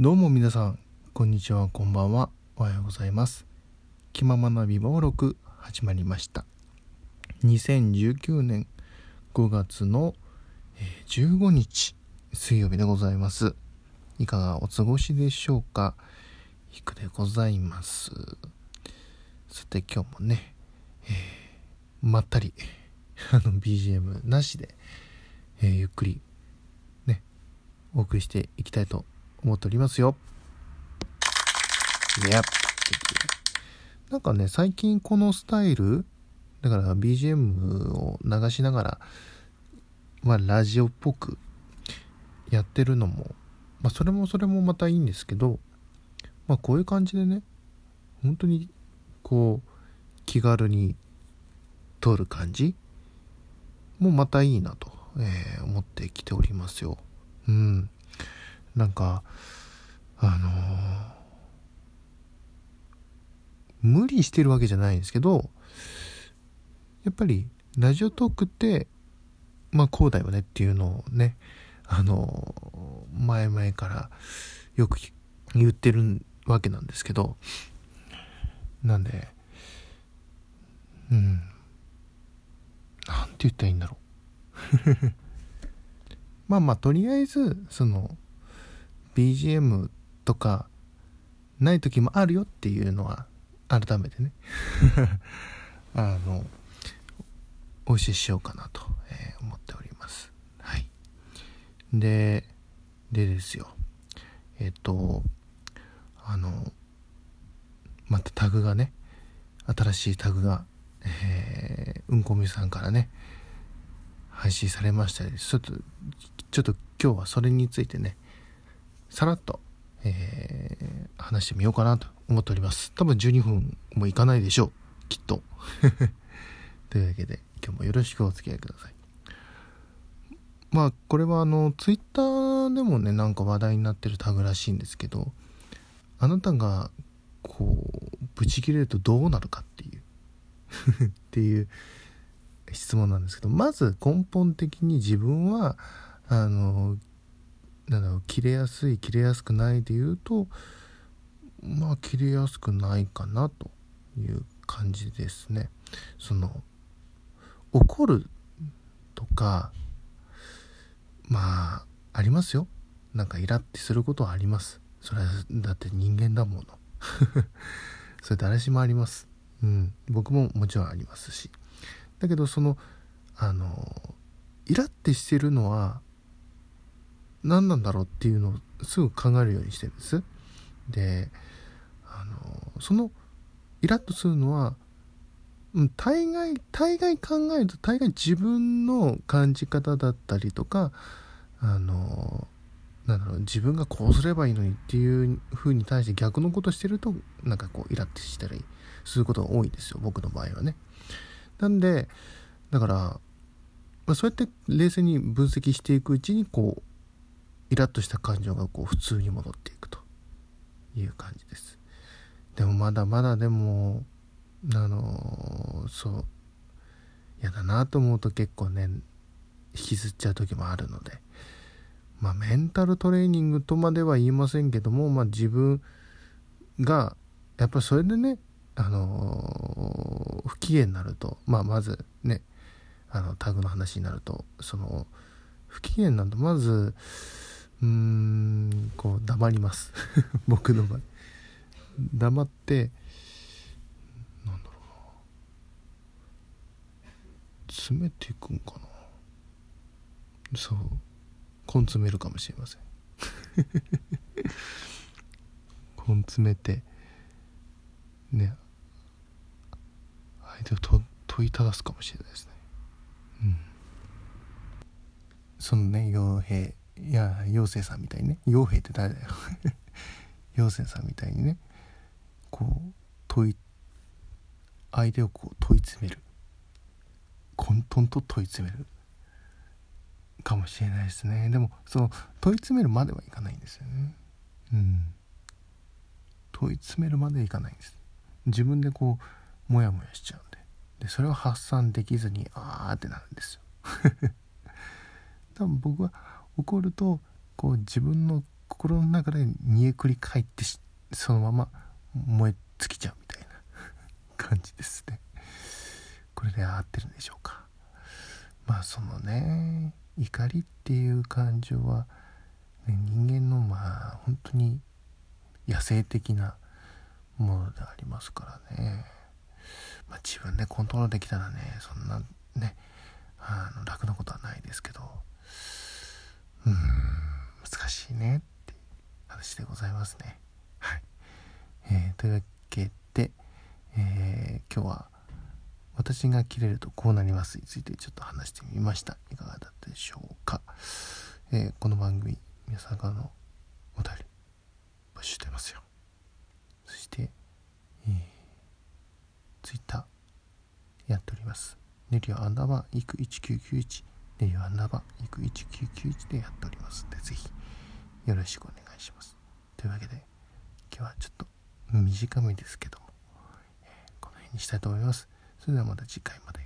どうも皆さん、こんにちは、こんばんは、おはようございます。気ままな美貌録始まりました。2019年5月の15日水曜日でございます。いかがお過ごしでしょうか。ひくでございます。さて今日もね、まったりBGM なしで、ゆっくりねお送りしていきたいと思っておりますよ。なんかね、最近このスタイルだから BGM を流しながら、ラジオっぽくやってるのも、それもまたいいんですけど、こういう感じでね、本当にこう気軽に撮る感じもまたいいなと、思ってきておりますよ。なんか無理してるわけじゃないんですけど、やっぱりラジオトークってこうだよねっていうのをね、前々からよく言ってるわけなんですけど、なんでなんて言ったらいいんだろうとりあえずその BGM とかない時もあるよっていうのは改めてねお教えしようかなと、思っております。はい。でですよ、またタグがね、新しいタグが、うんこみさんからね配信されましたので、ちょっと今日はそれについてねさらっと、話してみようかなと思っております。多分12分もいかないでしょう、きっとというわけで今日もよろしくお付き合いください。これはツイッターでもねなんか話題になってるタグらしいんですけど、あなたがこうブチ切れるとどうなるかっていうっていう質問なんですけど、まず根本的に自分は切れやすい切れやすくないで言うと切れやすくないかなという感じですね。怒るとかありますよ。なんかイラってすることはあります。それはだって人間だものそれ誰しもあります。僕ももちろんありますし、だけどイラってしてるのは何なんだろうっていうのをすぐ考えるようにしてるんです。でそのイラッとするのは大概考えると大概自分の感じ方だったりとか自分がこうすればいいのにっていう風に対して逆のことしてるとイラッとしたりすることが多いんですよ、僕の場合はね。なんでだからそうやって冷静に分析していくうちにイラッとした感情が普通に戻っていくという感じです。でもまだまだでもそう嫌だなと思うと結構ね引きずっちゃう時もあるので、メンタルトレーニングとまでは言いませんけども、自分がやっぱりそれでね不機嫌になるとまずねタグの話になると不機嫌になるとまず黙ります僕の場合黙って詰めていくんかな。そう根詰めるかもしれません根詰めてね相手を問いただすかもしれないですね。そのね陽生さんみたいにね、陽平って誰だよ陽生さんみたいにね相手を問い詰める、混沌と問い詰めるかもしれないですね。でも問い詰めるまではいかないんですよね。問い詰めるまではいかないんです。自分でモヤモヤしちゃうんで、それを発散できずにってなるんですよ多分僕は怒ると自分の心の中で煮えくり返ってそのまま燃え尽きちゃうみたいな感じですね。これで合ってるんでしょうか。まあそのね、怒りっていう感情は、ね、人間の本当に野生的なものでありますからね。自分でコントロールできたらね、そんなね楽なことはないですけど、難しいねって話でございますね。はい。というわけで、今日は私が切れるとこうなりますについてちょっと話してみました。いかがだったでしょうか。この番組皆さんからのお便り募集してますよ。そして、Twitter やっております。ネリオ_イク1991ネリオ_イク1991でやっておりますので、ぜひよろしくお願いします。というわけで今日はちょっと短めですけども、この辺にしたいと思います。それではまた次回まで。